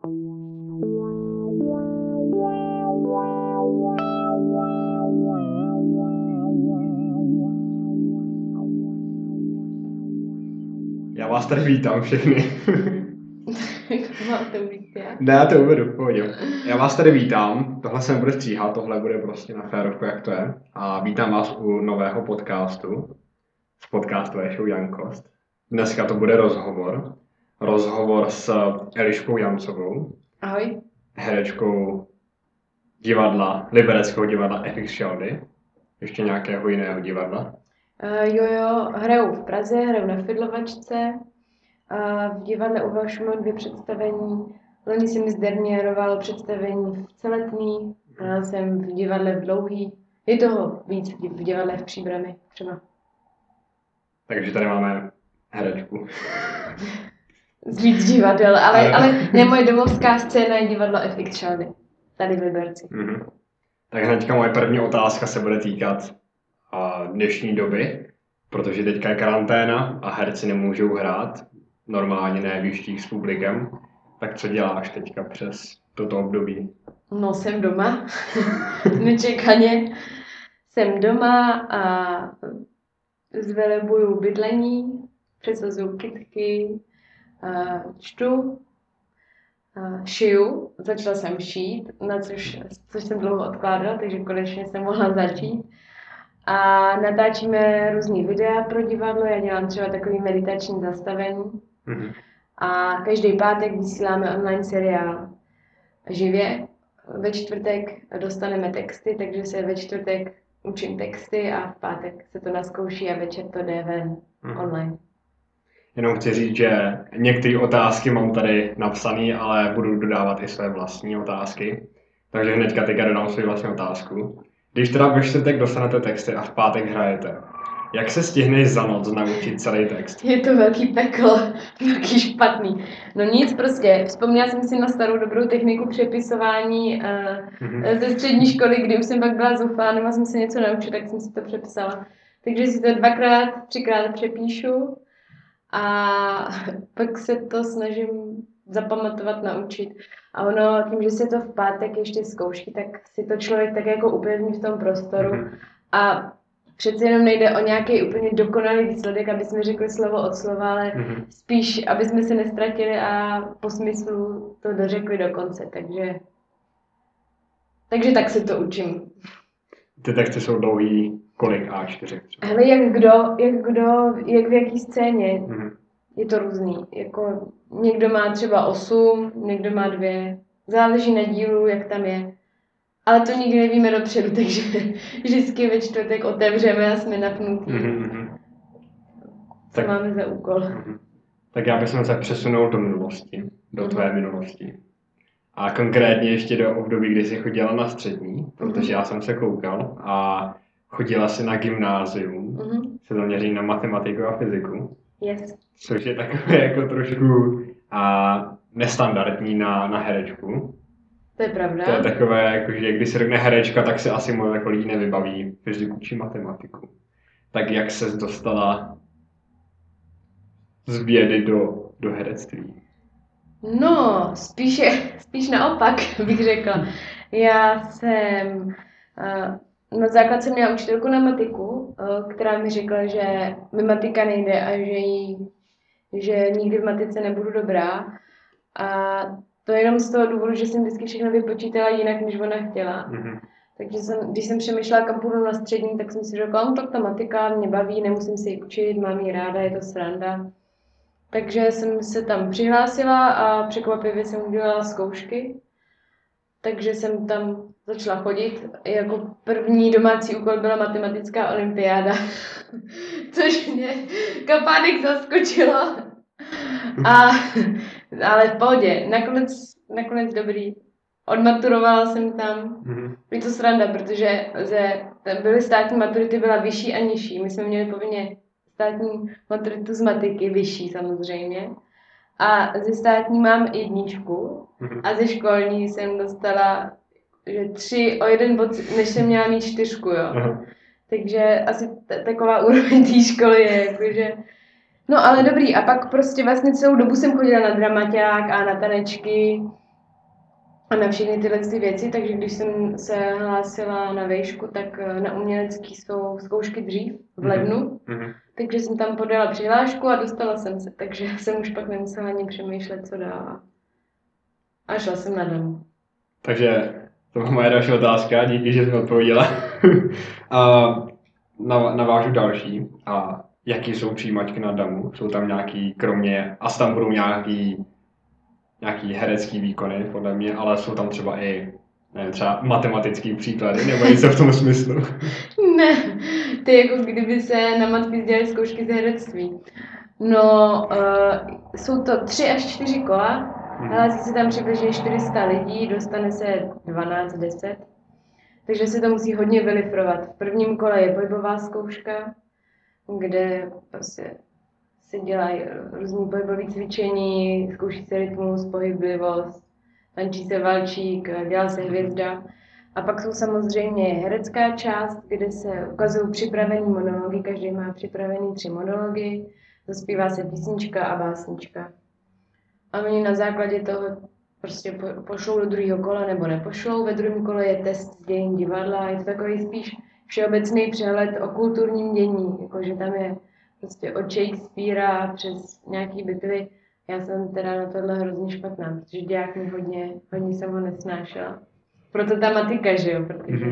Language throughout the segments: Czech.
Já vás tady vítám všechny. Mám to být já? Ne, já to uvedu, v pohodě. Já vás tady vítám, tohle se nebude stříhat, tohle bude prostě na férovku, jak to je. A vítám vás u nového podcastu, z podcastové show Jankost. Dneska to bude rozhovor s Eliškou Jancovou. Ahoj. Herečkou libereckého divadla FX Shaldy. Ještě nějakého jiného divadla. Jo, hraju v Praze, hraju na Fidlovačce. V divadle u Velšumu 2 představení. Loni jsem zderněroval představení v Celetný. Hrál jsem v divadle v Dlouhý. Je toho víc v divadle v Příbrami třeba. Takže tady máme herečku. Z víc divadel, ale ne, moje domovská scéna je divadlo FX Shaldy. Tady v Liberci. Mm-hmm. Tak hnedka moje první otázka se bude týkat dnešní doby, protože teďka je karanténa a herci nemůžou hrát, normálně ne v jištích s publikem. Tak co děláš teďka přes toto období? No, jsem doma, nečekaně. Jsem doma a zvelebuju bydlení, přesazuju kytky, čtu, šiju. Začala jsem šít, což jsem dlouho odkládala, takže konečně jsem mohla začít. A natáčíme různý videa pro divadlo, já dělám třeba takový meditační zastavení. Mm-hmm. A každý pátek vysíláme online seriál živě. Ve čtvrtek dostaneme texty, takže se ve čtvrtek učím texty a v pátek se to naskouší a večer to jde ven online. Jenom chci říct, že některé otázky mám tady napsané, ale budu dodávat i své vlastní otázky. Takže hnedka teďka dodám svou vlastní otázku. Když teda ve čtvrtek dostanete texty a v pátek hrajete, jak se stihneš za noc naučit celý text? Je to velký peklo, velký špatný. No nic, prostě vzpomněla jsem si na starou dobrou techniku přepisování ze střední školy, kdy už jsem pak byla zoufalá, nemohla jsem se něco naučit, tak jsem si to přepisala. Takže si to 2x, 3x přepíšu a pak se to snažím zapamatovat, naučit. A ono, tím, že se to v pátek ještě zkouší, tak si to člověk tak jako upevní v tom prostoru. A přece jenom nejde o nějaký úplně dokonalý výsledek, aby jsme řekli slovo od slova, ale spíš, aby jsme se nestratili a po smyslu to dořekli do konce. Takže tak se to učím. Ty texty jsou dlouhý, kolik A4? Hele, jak v jaký scéně. Je to různý. Jako někdo má třeba 8, někdo má 2. Záleží na dílu, jak tam je. Ale to nikdy nevíme dopředu, takže vždycky ve čtvrtek otevřeme a jsme napnutí. Co máme za úkol? Tak já bych se přesunul do minulosti, do tvé minulosti. A konkrétně ještě do období, kdy jsi chodila na střední, protože já jsem se koukal a chodila si na gymnázium, se zaměří na matematiku a fyziku. Yes. Což je takové jako trošku nestandardní na herečku. To je pravda. To je takové, jako, že když se řekne herečka, tak se asi moc jako lidí nevybaví fyziku či matematiku. Tak jak ses dostala z vědy do herectví? No, spíš naopak bych řekla. Já jsem na základce měla učitelku na matiku, která mi řekla, že mi matika nejde a že nikdy v matice nebudu dobrá. A to jenom z toho důvodu, že jsem vždycky všechno vypočítala jinak, než ona chtěla. Takže když jsem přemýšlela, kam půjdu na střední, tak jsem si řekla, no tak ta matika mě baví, nemusím se ji učit, mám ji ráda, je to sranda. Takže jsem se tam přihlásila a překvapivě jsem udělala zkoušky. Takže jsem tam začala chodit. Jako první domácí úkol byla matematická olympiáda, což mě kapánek zaskočilo. Ale v pohodě, nakonec dobrý. Odmaturovala jsem tam. Je to sranda, protože byly státní maturity, byla vyšší a nižší. My jsme měli povinně státní maturitu z matiky, vyšší samozřejmě. A ze státní mám 1 a ze školní jsem dostala že 3 o 1 bod, než jsem měla mít 4, jo. Takže asi taková úroveň té školy je, jakože No ale dobrý, a pak prostě vlastně celou dobu jsem chodila na dramaťák a na tanečky a na všechny tyhle ty věci, takže když jsem se hlásila na výšku, tak na umělecký jsou zkoušky dřív, v lednu, takže jsem tam podala přihlášku a dostala jsem se, takže jsem už pak nemusela ani přemýšlet, co dál. A šla jsem na DAMU. Takže to byla moje další otázka, díky, že jsi mi odpověděla. A navážu další. A jaký jsou přijímačky na DAMU? Jsou tam nějaký, kromě, asi tam budou nějaký herecký výkony, podle mě, ale jsou tam třeba i, nevím, třeba matematický příklady, nebo něco v tom smyslu. Ne, to je jako kdyby se na matky dělaly zkoušky z herectví. No, jsou to 3 až 4 kola, hlásí se tam přibližně 400 lidí, dostane se 12-10. Takže se to musí hodně vylifrovat. V prvním kole je pohybová zkouška, kde prostě se dělají různý pohybové cvičení, zkouší se rytmus, pohyblivost, tančí se valčík, dělá se hvězda. A pak jsou samozřejmě herecká část, kde se ukazují připravený monology, každý má připravený 3 monology, zaspívá se písnička a básnička. A oni na základě toho prostě pošlou do druhého kola nebo nepošlou. Ve druhém kole je test z dějin divadla, je to takový spíš všeobecný přehled o kulturním dění, jakože tam je prostě od Shakespearea přes nějaký bitvy. Já jsem teda na tohle hrozně špatná, protože děják mi hodně jsem ho nesnášela. Proto ta matika, že jo, protože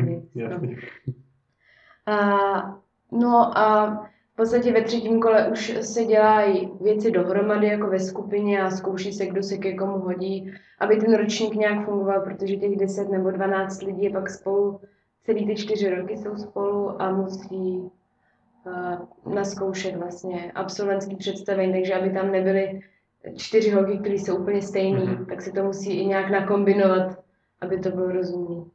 a v podstatě ve třetím kole už se dělají věci dohromady jako ve skupině a zkouší se, kdo se ke komu hodí, aby ten ročník nějak fungoval, protože těch 10 nebo 12 lidí je pak spolu, celý ty 4 roky jsou spolu a musí naskoušet vlastně absolventský představení, takže aby tam nebyly 4 holky, které jsou úplně stejný, tak se to musí i nějak nakombinovat, aby to bylo rozumný.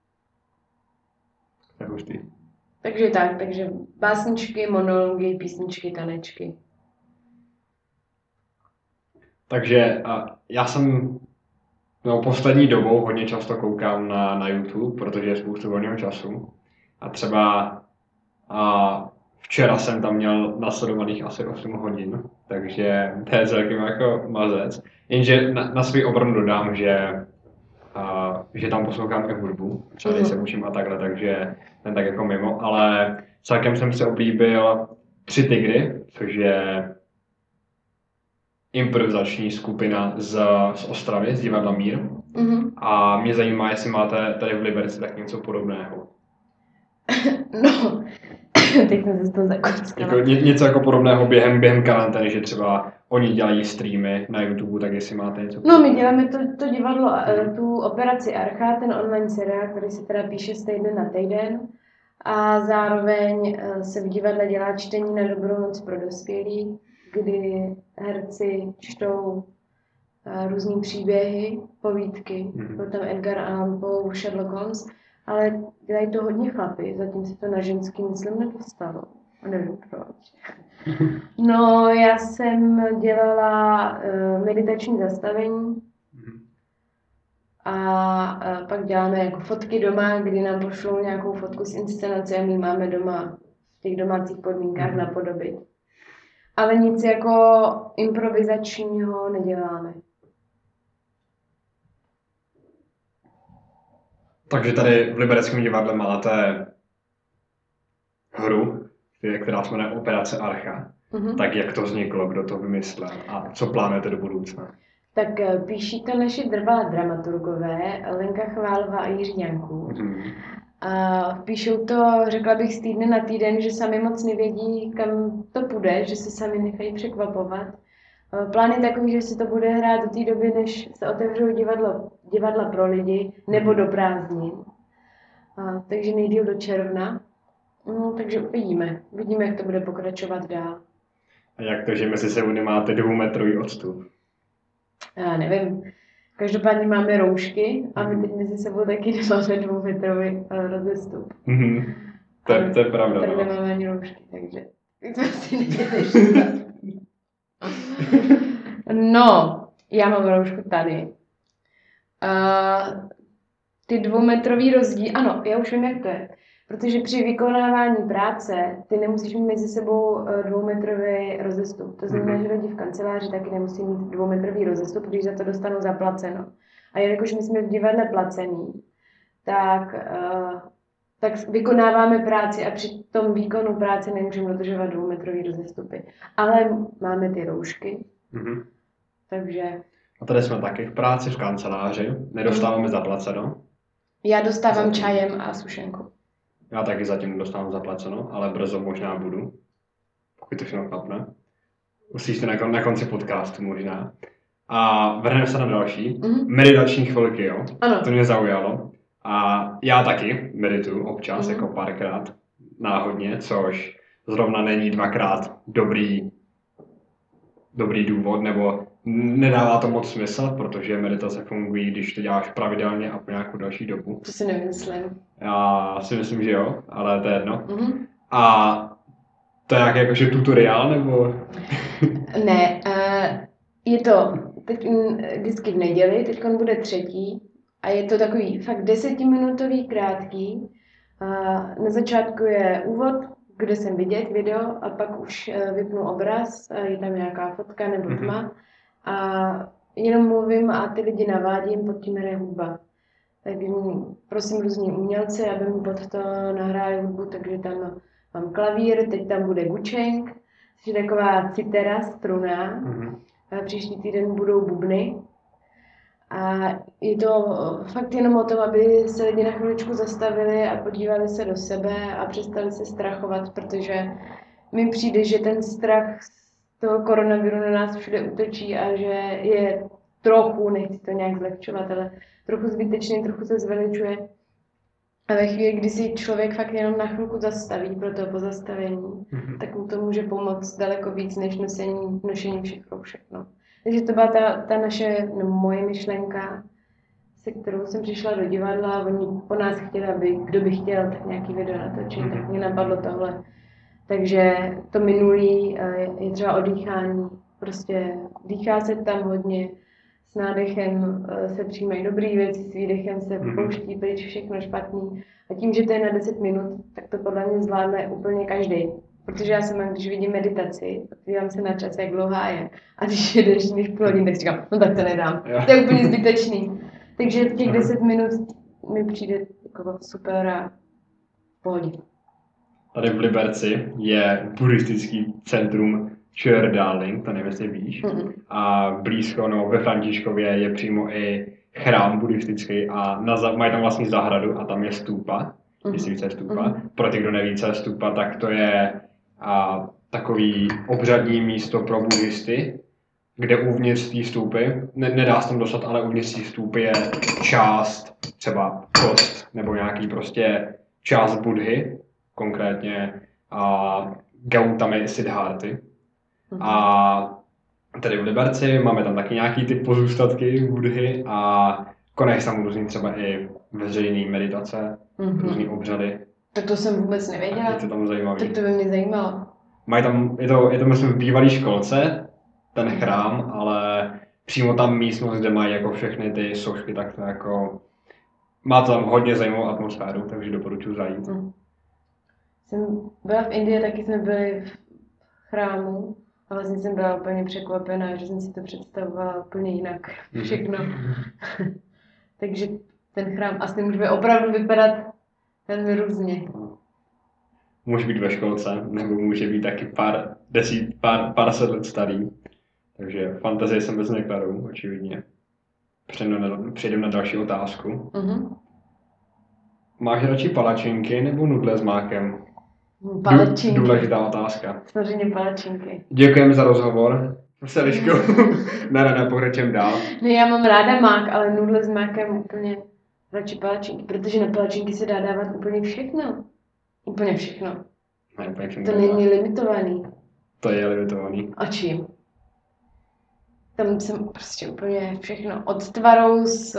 Takže básničky, monology, písničky, tanečky. Takže já jsem poslední dobou hodně často koukám na YouTube, protože je spoustu volného času. A třeba včera jsem tam měl nasledovaných asi 8 hodin, takže to je celkem jako mazec. Jenže na svůj obranu dodám, že tam poslouchám i hudbu, třeba se učím a takhle, takže ten tak jako mimo, ale celkem jsem se oblíbil 3 tygry, což je improvizační skupina z Ostravy, z divadla Mír. A mě zajímá, jestli máte tady v Liberci tak něco podobného. No, teď jsem se z toho zakockala. Jako něco jako podobného během karantény, že třeba oni dělají streamy na YouTube, tak jestli máte něco podobného. No, my děláme to divadlo, tu operaci Archa, ten online seriál, který se teda píše z týdne na týden. A zároveň se v divadle dělá čtení na dobrou noc pro dospělí, kdy herci čtou různý příběhy, povídky. Byl tam Edgar Allan Poe, Sherlock Holmes, ale dělají to hodně chlapy, zatím se to na ženský, myslím, nedostalo. Nevím proč. No, já jsem dělala meditační zastavení a pak děláme jako fotky doma, kdy nám pošlou nějakou fotku z inscenace a my máme doma v těch domácích podmínkách napodobit. Ale nic jako improvizačního neděláme. Takže tady v Libereckém divadle máte hru, která se jmenuje Operace Archa. Tak jak to vzniklo, kdo to vymyslel a co plánujete do budoucna? Tak píší to naši drvalá dramaturgové, Lenka Chválová a Jiří Janků. A píšou to, řekla bych, z týdne na týden, že sami moc nevědí, kam to půjde, že se sami nechají překvapovat. Plán je takový, že se to bude hrát do té doby, než se otevřou divadla pro lidi, nebo do prázdnin. Takže nejdýl do června. No, takže uvidíme, jak to bude pokračovat dál. A jak to, že mezi sebou nemáte 2metrový odstup? Já nevím. Každopádně máme roušky a my teď mezi sebou taky nemáme 2metrový rozestup. To je pravda. Tady nemáme ani roušky, takže to asi neděleš. No, já mám roušku tady. Ty 2metrový rozdíl, ano, já už vím, jak to je. Protože při vykonávání práce ty nemusíš mít mezi sebou 2metrový rozestup. To znamená, že lidi v kanceláři taky nemusí mít 2metrový rozestup, když za to dostanou zaplaceno. A jelikož my jsme v divadle placení, tak vykonáváme práci a při tom výkonu práce nemůžeme dodržovat 2metrový rozestupy. Ale máme ty roušky, takže... A tady jsme taky v práci v kanceláři, nedostáváme zaplaceno. Já dostávám čajem a sušenku. Já taky zatím nedostávám zaplaceno, ale brzo možná budu, pokud to všechno klapne. Uslyšte na konci podcastu možná. A vrhneme se na další. Meditační chvilky, jo? Ano. To mě zaujalo. A já taky medituju občas, jako párkrát, náhodně, což zrovna není dvakrát dobrý důvod, nebo nedává to moc smysl, protože meditace fungují, když to děláš pravidelně a po nějakou další dobu. To si nemyslím. Já si myslím, že jo, ale to je jedno. A to je nějaký jakože tutoriál, nebo? Ne, je to vždycky v neděli, teď bude 3. a je to takový fakt 10minutový krátký. Na začátku je úvod, kde jsem vidět video a pak už vypnu obraz, je tam nějaká fotka nebo tma a jenom mluvím a ty lidi navádím, pod tím hraje hudba. Takže prosím různí umělci, aby mi pod to nahráli hudbu, takže tam mám klavír, teď tam bude gučenk, což je taková citera, struna. Příští týden budou bubny. A je to fakt jenom o tom, aby se lidi na chviličku zastavili a podívali se do sebe a přestali se strachovat, protože mi přijde, že ten strach z toho koronaviru na nás všude útočí a že je trochu, nechci to nějak zlehčovat, ale trochu zbytečný, trochu se zveličuje. A ve chvíli, kdy si člověk fakt jenom na chvilku zastaví pro to pozastavení, tak mu to může pomoct daleko víc, než nošení všechno. Takže to byla ta moje myšlenka, se kterou jsem přišla do divadla a oni po nás chtěli, aby kdo by chtěl, tak nějaký video natočit, tak mě napadlo tohle. Takže to minulý je třeba o dýchání, prostě dýchá se tam hodně, s nádechem se přijímají dobrý věci, s výdechem se pouští pryč všechno špatný. A tím, že to je na 10 minut, tak to podle mě zvládne úplně každý. Protože já jsem, když vidím meditaci, dívám se na čas, jak dlouhá je. A když jedeš než půl hodin, tak si říkám, no tak to nedám. To je úplně zbytečný. Takže těch 10 minut mi přijde jako super a v pohodě. Tady v Liberci je buddhistický centrum Chur Darling, to nevím, jestli víš. A blízko, no, ve Františkově je přímo i chrám buddhistický a mají tam vlastní zahradu a tam je stúpa, jestli více stúpa. Pro ty, kdo neví, co je stúpa, tak to je takový obřadní místo pro buddhisty, kde uvnitř té stúpy, nedá se tam dostat, ale uvnitř té stúpy je část, třeba kost, nebo nějaký prostě část Buddhy, konkrétně Gautamy Siddharty. A tady v Liberci máme tam taky nějaký ty pozůstatky Buddhy a konají tam různý třeba i veřejný meditace, různý obřady. Tak to jsem vůbec nevěděla. Je to tam zajímavý. Tak to by mě zajímalo. Mají tam, je to myslím v bývalý školce, ten chrám, ale přímo tam místnost, kde mají jako všechny ty sošky, tak to jako má to tam hodně zajímavou atmosféru, takže doporučuji zajít. Jsem byla v Indii, taky jsme byli v chrámu a vlastně jsem byla úplně překvapená, že jsem si to představovala úplně jinak všechno. Takže ten chrám asi může opravdu vypadat velmi různě. Může být ve školce, nebo může být taky pár set let starý. Takže fantazie jsem bez nekladou, očividně. Přejdeme na další otázku. Máš radši palačinky nebo nudle s mákem? Palačinky. Důležitá otázka. Samozřejmě palačinky. Děkujeme za rozhovor. Seliško. ne, pokračujeme dál. Ne, já mám ráda mák, ale nudle s mákem úplně radši palačinky, protože na palačinky se dá dávat úplně všechno. Úplně všechno. To není limitovaný. To je limitovaný. A čím? Tam jsem prostě úplně všechno. Od tvarou s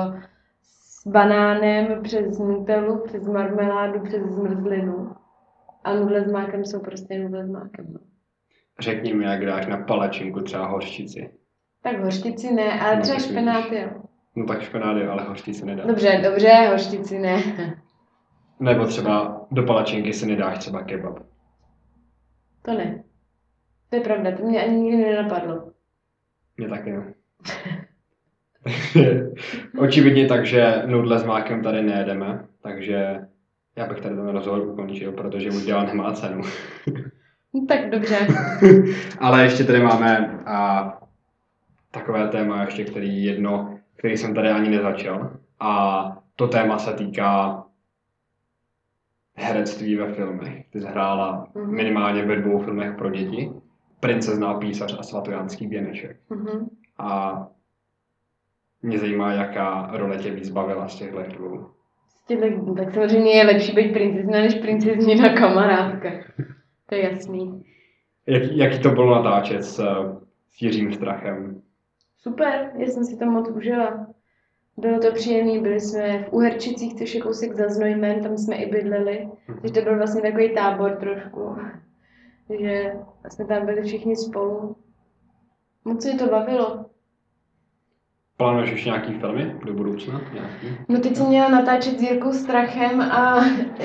banánem, přes nutellu, přes marmeládu, přes zmrzlinu. A nudle s mákem jsou prostě nudle s mákem. No. Řekni mi, jak dáš na palačinku třeba hořčici. Tak hořčici ne, ale třeba špenát jo. No tak špenát jo, ale hořčici nedá. Dobře, hořčici ne. Nebo třeba do palačinky si nedáš třeba kebab. To ne. To je pravda, to mě ani nikdy nenapadlo. Mě taky ne. Očividně tak, že nudle s mákem tady nejedeme, takže já bych tady ten rozhovor ukončil, protože už dělat nemá cenu. No, tak dobře. Ale ještě tady máme takové téma ještě, který jsem tady ani nezačal. A to téma se týká herectví ve filmech. Ty jsi hrála minimálně ve 2 filmech pro děti. Princezna a písař a Svatojánský věneček. A mě zajímá, jaká role tě víc bavila z těchto 2. Tak samozřejmě je lepší být princezna než princeznina kamarádka. To je jasný. Jaký to bylo natáčet s Jiřím Strachem? Super, já jsem si to moc užila. Bylo to příjemné, byli jsme v Uherčicích, což je kousek za Znojmem, tam jsme i bydleli. Takže to byl vlastně takový tábor trošku. Takže jsme tam byli všichni spolu. Moc se to bavilo. Plánuješ ještě nějaký filmy do budoucna? Nějaký? No teď jsem měla natáčet s Jirkou Strachem a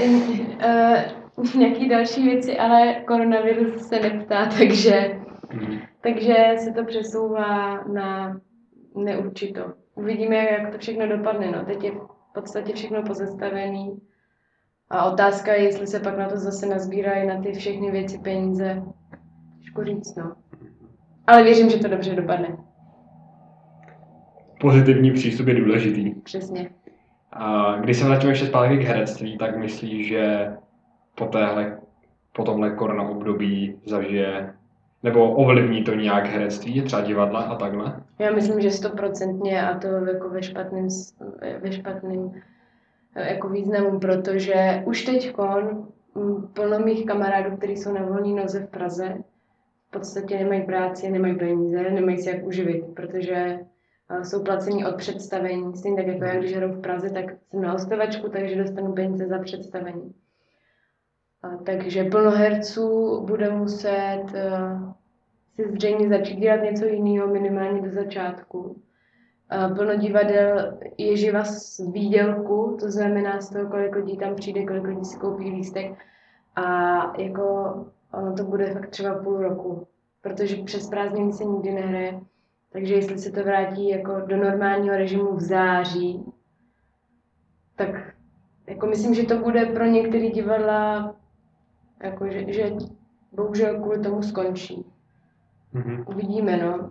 nějaký další věci, ale koronavirus se neptá, takže se to přesouvá na neurčito. Uvidíme, jak to všechno dopadne. No. Teď je v podstatě všechno pozastavené. A otázka je, jestli se pak na to zase nazbírají na ty všechny věci peníze. Těžko říct, no. Ale věřím, že to dobře dopadne. Pozitivní přístup je důležitý. Přesně. A když se vrátím ještě zpátky k herectví, tak myslíš, že po tomhle korona období zažije nebo ovlivní to nějak herectví, třeba divadla a takhle? Já myslím, že 100% a to jako ve špatným jako významu, protože už teďkon plno mých kamarádů, kteří jsou na volné noze v Praze, v podstatě nemají práci, nemají peníze, nemají si jak uživit, protože jsou placení od představení. Stejně tak jako já, když hraju v Praze, tak jsem na hostovačku, takže dostanu peníze za představení. Takže plno herců bude muset si zřejmě začít dělat něco jiného, minimálně do začátku. Plno divadel je živa z výdělku, to znamená z toho, kolik lidí tam přijde, kolik lidí si koupí lístek. A jako ono to bude fakt třeba půl roku, protože přes prázdniny se nikdy nehraje. Takže jestli se to vrátí jako do normálního režimu v září, tak jako myslím, že to bude pro některé divadla, jako že bohužel kvůli tomu skončí. Uvidíme, no.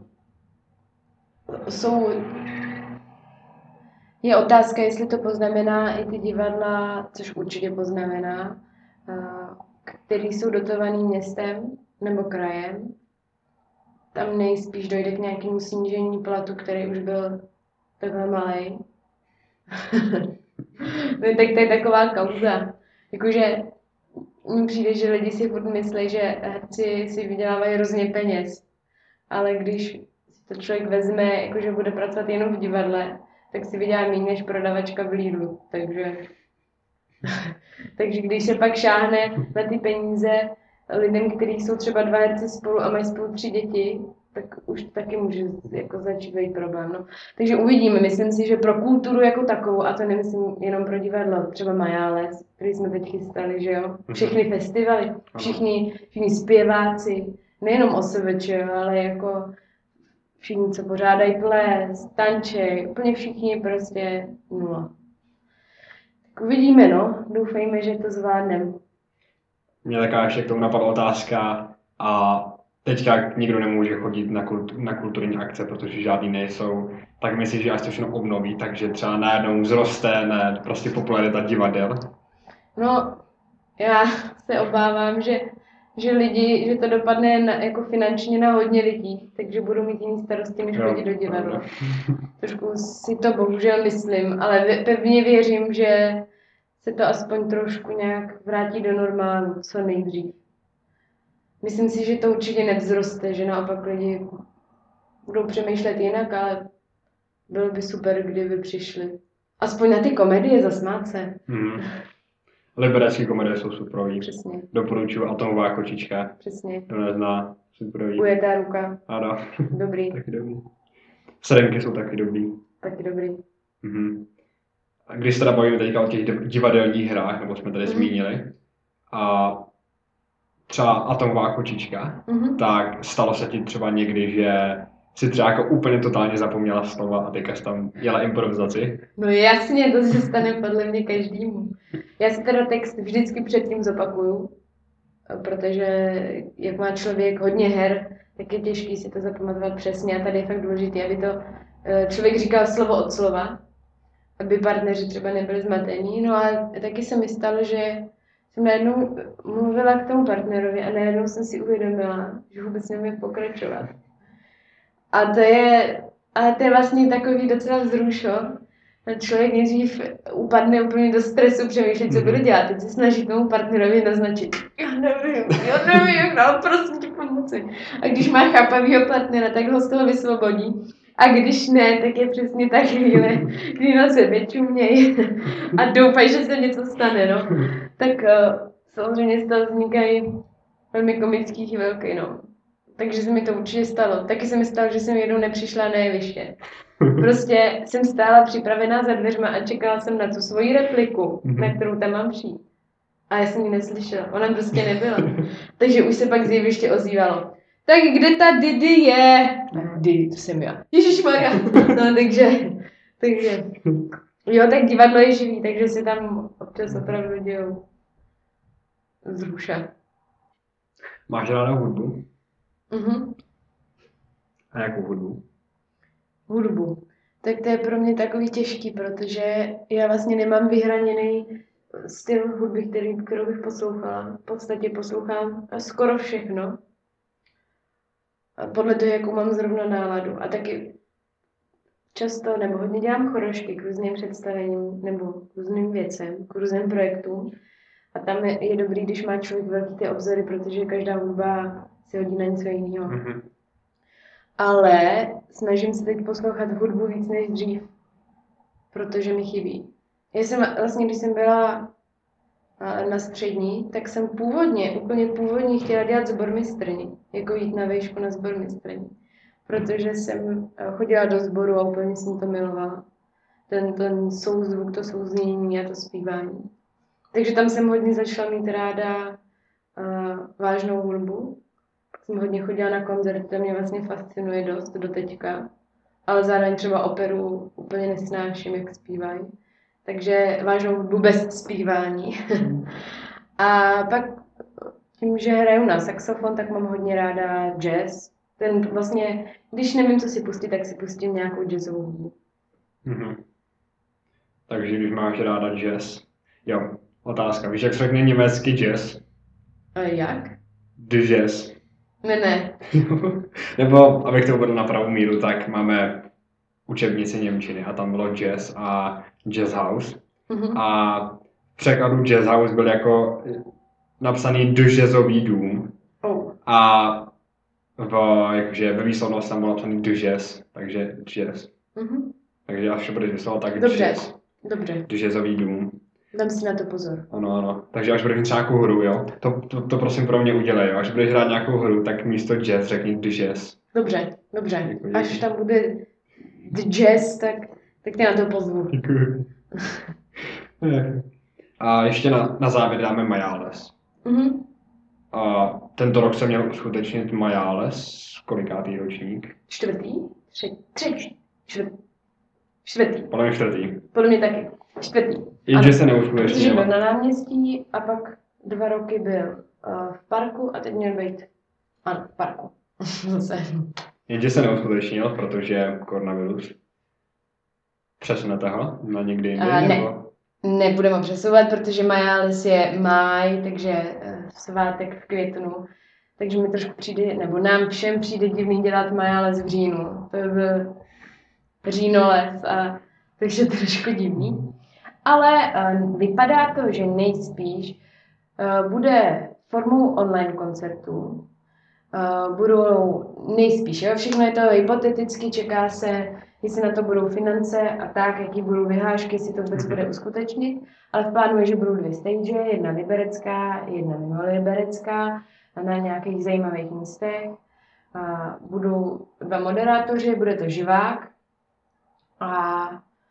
Je otázka, jestli to poznamená i ty divadla, což určitě poznamená, který jsou dotovaný městem nebo krajem. Tam nejspíš dojde k nějakému snížení platu, který už byl takhle malej. No, tak to je taková kauza. Jakože mně přijde, že lidi si furt myslí, že herci si vydělávají hrozně peněz. Ale když si to člověk vezme, jakože bude pracovat jenom v divadle, tak si vydělá méně než prodavačka v Lidlu. Takže když se pak šáhne na ty peníze lidem, kteří jsou třeba 2 herci spolu a mají spolu 3 děti, tak už taky může jako začít být problém. No. Takže uvidíme. Myslím si, že pro kulturu jako takovou, a to nemyslím jenom pro divadlo, třeba Majáles, který jsme teď chystali, že jo? Všechny festivaly, všichni zpěváci, nejenom OSVČ, ale jako všichni, co pořádají ples, tančej, úplně všichni prostě nula. Tak uvidíme, no. Doufejme, že to zvládneme. Mě taká ještě k tomu napadla otázka a teďka nikdo nemůže chodit na kulturní akce, protože žádný nejsou, tak myslím, že až to všechno obnoví, takže třeba najednou vzroste prostě popularita divadel. No, já se obávám, že to dopadne jako finančně na hodně lidí, takže budou mít jiný starosti, než chodit do divadla. Trošku si to bohužel myslím, ale pevně věřím, že se to aspoň trošku nějak vrátí do normálu, co nejdřív. Myslím si, že to určitě nevzroste, že naopak lidi budou přemýšlet jinak, ale bylo by super, kdyby přišli. Aspoň na ty komedie zasmát se. Liberecké komedie jsou superový. Přesně. Doporučuji Atomová kočička. Přesně. To nezná, superový. Ujetá ruka. Ano. Dobrý. Taky dobrý. Serenky jsou taky dobrý. Taky dobrý. A když se teda bavíme teďka o těch divadelních hrách, nebo jsme tady zmínili, a třeba Atomová kočička, tak stalo se ti třeba někdy, že si třeba jako úplně totálně zapomněla slova a teďka jsi tam jela improvizaci? No jasně, to se stane podle mě každému. Já si teda text vždycky předtím zopakuju, protože jak má člověk hodně her, tak je těžký si to zapamatovat přesně a tady je fakt důležité, aby to člověk říkal slovo od slova, aby partneři třeba nebyli zmatení. No a taky se mi stalo, že jsem najednou mluvila k tomu partnerovi a najednou jsem si uvědomila, že vůbec nevím pokračovat. Ale to je vlastně takový docela vzrušo. Člověk nejdřív upadne úplně do stresu, přemýšlet, co bude dělat. Teď se snaží tomu partnerovi naznačit. Já nevím, jak dál, prosím tě pomoci. A když má chápavýho partnera, tak ho z toho vysvobodí. A když ne, tak je přesně ta chvíle, kdy na sebe čuměj a doufaj, že se něco stane, no. Tak samozřejmě z toho vznikají velmi komický chvilky, no. Takže se mi to určitě stalo. Taky se mi stalo, že jsem jednou nepřišla na jeviště. Prostě jsem stála připravená za dveřma a čekala jsem na tu svoji repliku, na kterou tam mám přijít. A já jsem ji neslyšela, ona prostě nebyla. Takže už se pak z jeviště ozývalo. Tak kde ta Didi je? Didi, to jsem já. Ježišmarja. No takže, jo, tak divadlo je živý, takže se tam občas opravdu dějou vzruša. Máš ráda hudbu? Mhm. A jakou hudbu? Hudbu. Tak to je pro mě takový těžký, protože já vlastně nemám vyhraněný styl hudby, kterou bych poslouchala. V podstatě poslouchám skoro všechno. A podle toho, jakou mám zrovna náladu. A taky často nebo hodně dělám chorošky k různým představením nebo k různým věcem, k různým projektům. A tam je dobrý, když má člověk velký ty obzory, protože každá hudba se hodí na něco jiného. Mm-hmm. Ale snažím se teď poslouchat hudbu víc než dřív, protože mi chybí. Já jsem vlastně, když jsem byla na střední, tak jsem úplně původně chtěla dělat sbormistrni, jako jít na výšku na sbormistrni. Protože jsem chodila do sboru a úplně jsem to milovala. Ten souzvuk, to souznění a to zpívání. Takže tam jsem hodně začala mít ráda vážnou hudbu. Jsem hodně chodila na koncerty, to mě vlastně fascinuje dost do teďka. Ale zároveň třeba operu úplně nesnáším, jak zpívají. Takže vážnou hudbu bez zpívání. A pak tím, že hraju na saxofon, tak mám hodně ráda jazz. Ten vlastně, když nevím, co si pustit, tak si pustím nějakou jazzovou hudbu. Mm-hmm. Takže když máš ráda jazz. Jo, otázka. Víš, jak se řekne německý jazz? A jak? The jazz. Ne. Nebo, abych to uvedl na pravou míru, tak máme učebnici němčiny a tam bylo jazz a jazz house. Mm-hmm. A v překladu jazz house byl jako napsaný do jazzový dům. Oh. A jakože ve výslovnosti tam bylo napsaný do jazz, takže jazz. Mm-hmm. Takže až to budeš vyslovovat, tak jazz. Dobře. Do jazzový dům. Dám si na to pozor. Ano. Takže až budeš mít třeba nějakou hru, jo? To prosím pro mě udělej, jo? Až budeš hrát nějakou hru, tak místo jazz řekni the jazz. Dobře. Až tam bude the jazz, tak tě na to pozvu. Děkuji. A ještě na závěr dáme Majáles. Mm-hmm. A tento rok se měl uskutečnit Majáles. Kolikátý ročník? Čtvrtý. Podle mě čtvrtý. Podle mě taky. Čtvrtý. Jenže se neuskutečnil. Protože byl na náměstí a pak 2 roky byl v parku a teď měl být v parku. Zase. Jenže se neuskutečnil, protože koronavirus. Přesunete ho na někdy jindy? Nebudeme přesouvat, protože Majáles je máj, takže svátek v květnu. Takže mi trošku přijde, nebo nám všem přijde divný dělat Majáles v říjnu. To byl říjnoles, takže trošku divný. Ale vypadá to, že nejspíš bude formou online koncertů. Budou nejspíš, jo? Všechno je to hypoteticky, čeká se, jestli na to budou finance a tak, jaký budou vyhlášky, jestli to vůbec bude uskutečnit. Ale v plánu je, že budou 2 stage, jedna liberecká, jedna mimo liberecká, na nějakých zajímavých místech. Budou 2 moderátoři, bude to živák a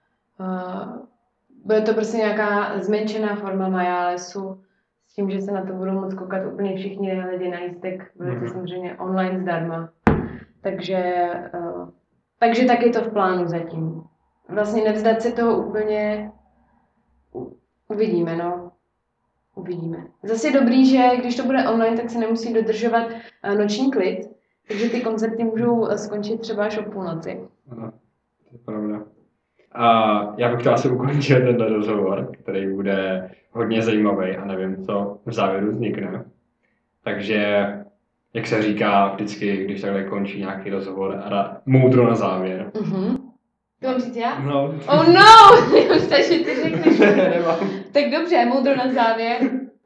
bude to prostě nějaká zmenšená forma Majálesu s tím, že se na to budou moct koukat úplně všichni lidi na lístek. Bude to samozřejmě online zdarma. Takže tak je to v plánu zatím. Vlastně nevzdat se toho úplně, uvidíme, no. Uvidíme. Zase je dobrý, že když to bude online, tak se nemusí dodržovat noční klid, takže ty koncerty můžou skončit třeba až o půlnoci. Ano, to je pravda. A já bych chtěl asi ukončit tenhle rozhovor, který bude hodně zajímavý a nevím, co v závěru vznikne. Takže, jak se říká vždycky, když takhle končí nějaký rozhovor, moudro na závěr. To mám říct já? No. Oh no! Já už že ty řekneš. Nemám. Tak dobře, moudro na závěr.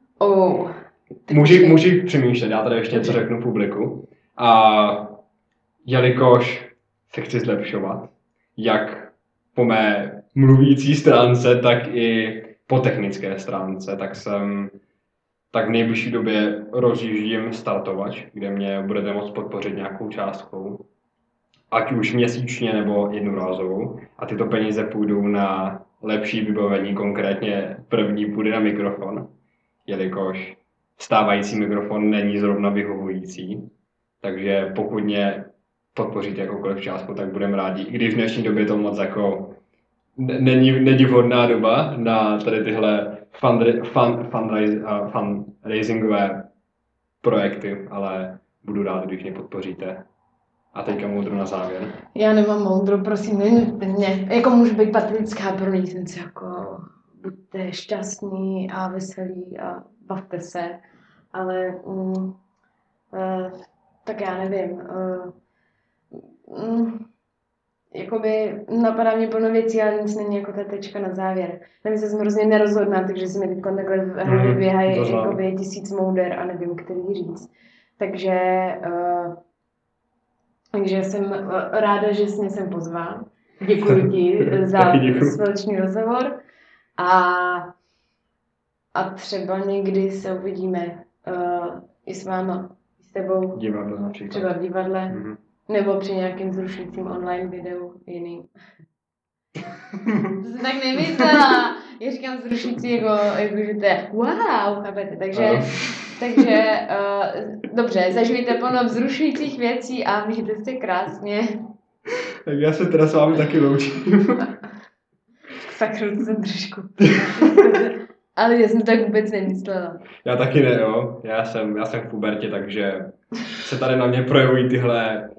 Můžeš přemýšlet, já tady ještě něco řeknu publiku. A jelikož se chci zlepšovat, jak po mé mluvící stránce, tak i po technické stránce, tak v nejbližší době rozjíždím startovač, kde mě budete moct podpořit nějakou částkou, ať už měsíčně nebo jednorázovou. A tyto peníze půjdou na lepší vybavení, konkrétně první půjde na mikrofon, jelikož stávající mikrofon není zrovna vyhovující. Takže pokud mě podpoříte jakoukoliv částku, tak budeme rádi. I když v dnešní době to moc jako není vhodná doba na tady tyhle fundraisingové projekty, ale budu rád, když mě podpoříte. A teďka moudro na závěr. Já nemám moudro, prosím, nenuďte mě. Jako můžu být patrická pro lízenci, jako buďte šťastní a veselí a bavte se, ale tak já nevím. Jakoby napadá mě plno věcí, ale nic není jako ta tečka na závěr. Nevím, se jsem hrozně nerozhodná, takže si mi teď takhle v hlavě běhají jakoby 1000 mouder a nevím, který říct. Takže jsem ráda, že jsi mě sem pozval. Děkuji ti za společný rozhovor a třeba někdy se uvidíme i s váma, s tebou. Divadle například. Třeba v divadle. Nebo při nějakém zrušujícím online videu jiným. To jsem tak nemyslela. Já říkám zrušující, jako že to je wow, chápete. Takže dobře, zažijte plno vzrušujících věcí a mějte se krásně. Tak já se teda s vámi taky loučím. Sakru, to jsem trošku. Ale já jsem tak vůbec nemyslela. Já taky ne, jo. Já jsem v pubertě, takže se tady na mě projevují tyhle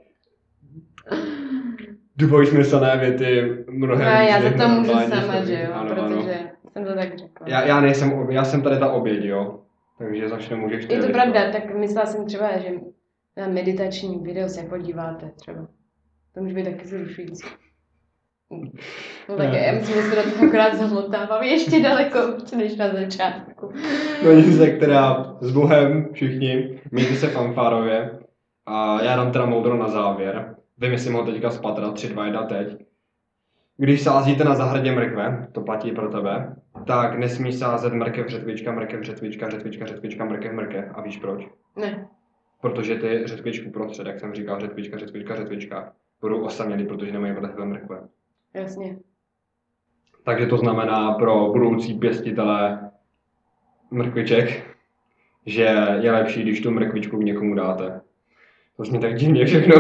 dvojsmyslné věty mnohem. No, já za to můžu sama, že jo, protože jsem to tak řekla. Já jsem tady ta oběť, jo. Takže začne můžeš ty. Je to pravda, tak myslela jsem třeba, že na meditační video se podíváte třeba. To může být taky zrušující. No tak já myslím, že se do toho akorát zamotávám ještě daleko než na začátku. No nic, teda s Bohem všichni, mějte se fanfárově a já dám teda moudro na závěr. Vymyslím ho teďka z patra, 3, 2, 1 teď. Když sázíte na zahradě mrkve, to platí pro tebe, tak nesmíš sázet mrkev, řetvička, mrkev, řetvička, řetvička, řetvička, mrkev, mrkev. A víš proč? Ne. Protože ty řetvičku prostřed, jak jsem říkal, řetvička, řetvička, řetvička, budou osamělý, protože nemají vedle sebe mrkve. Jasně. Takže to znamená pro budoucí pěstitele mrkviček, že je lepší, když tu mrkvičku někomu dáte. To zní tak divně všechno.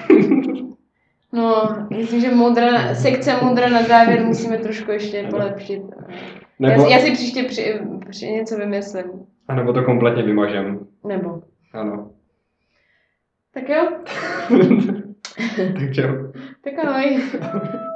No, myslím, že sekce moudra na závěr musíme trošku ještě polepšit. Já si příště něco vymyslím. A nebo to kompletně vymažem. Nebo. Ano. Tak jo. Tak čau. Tak ahoj.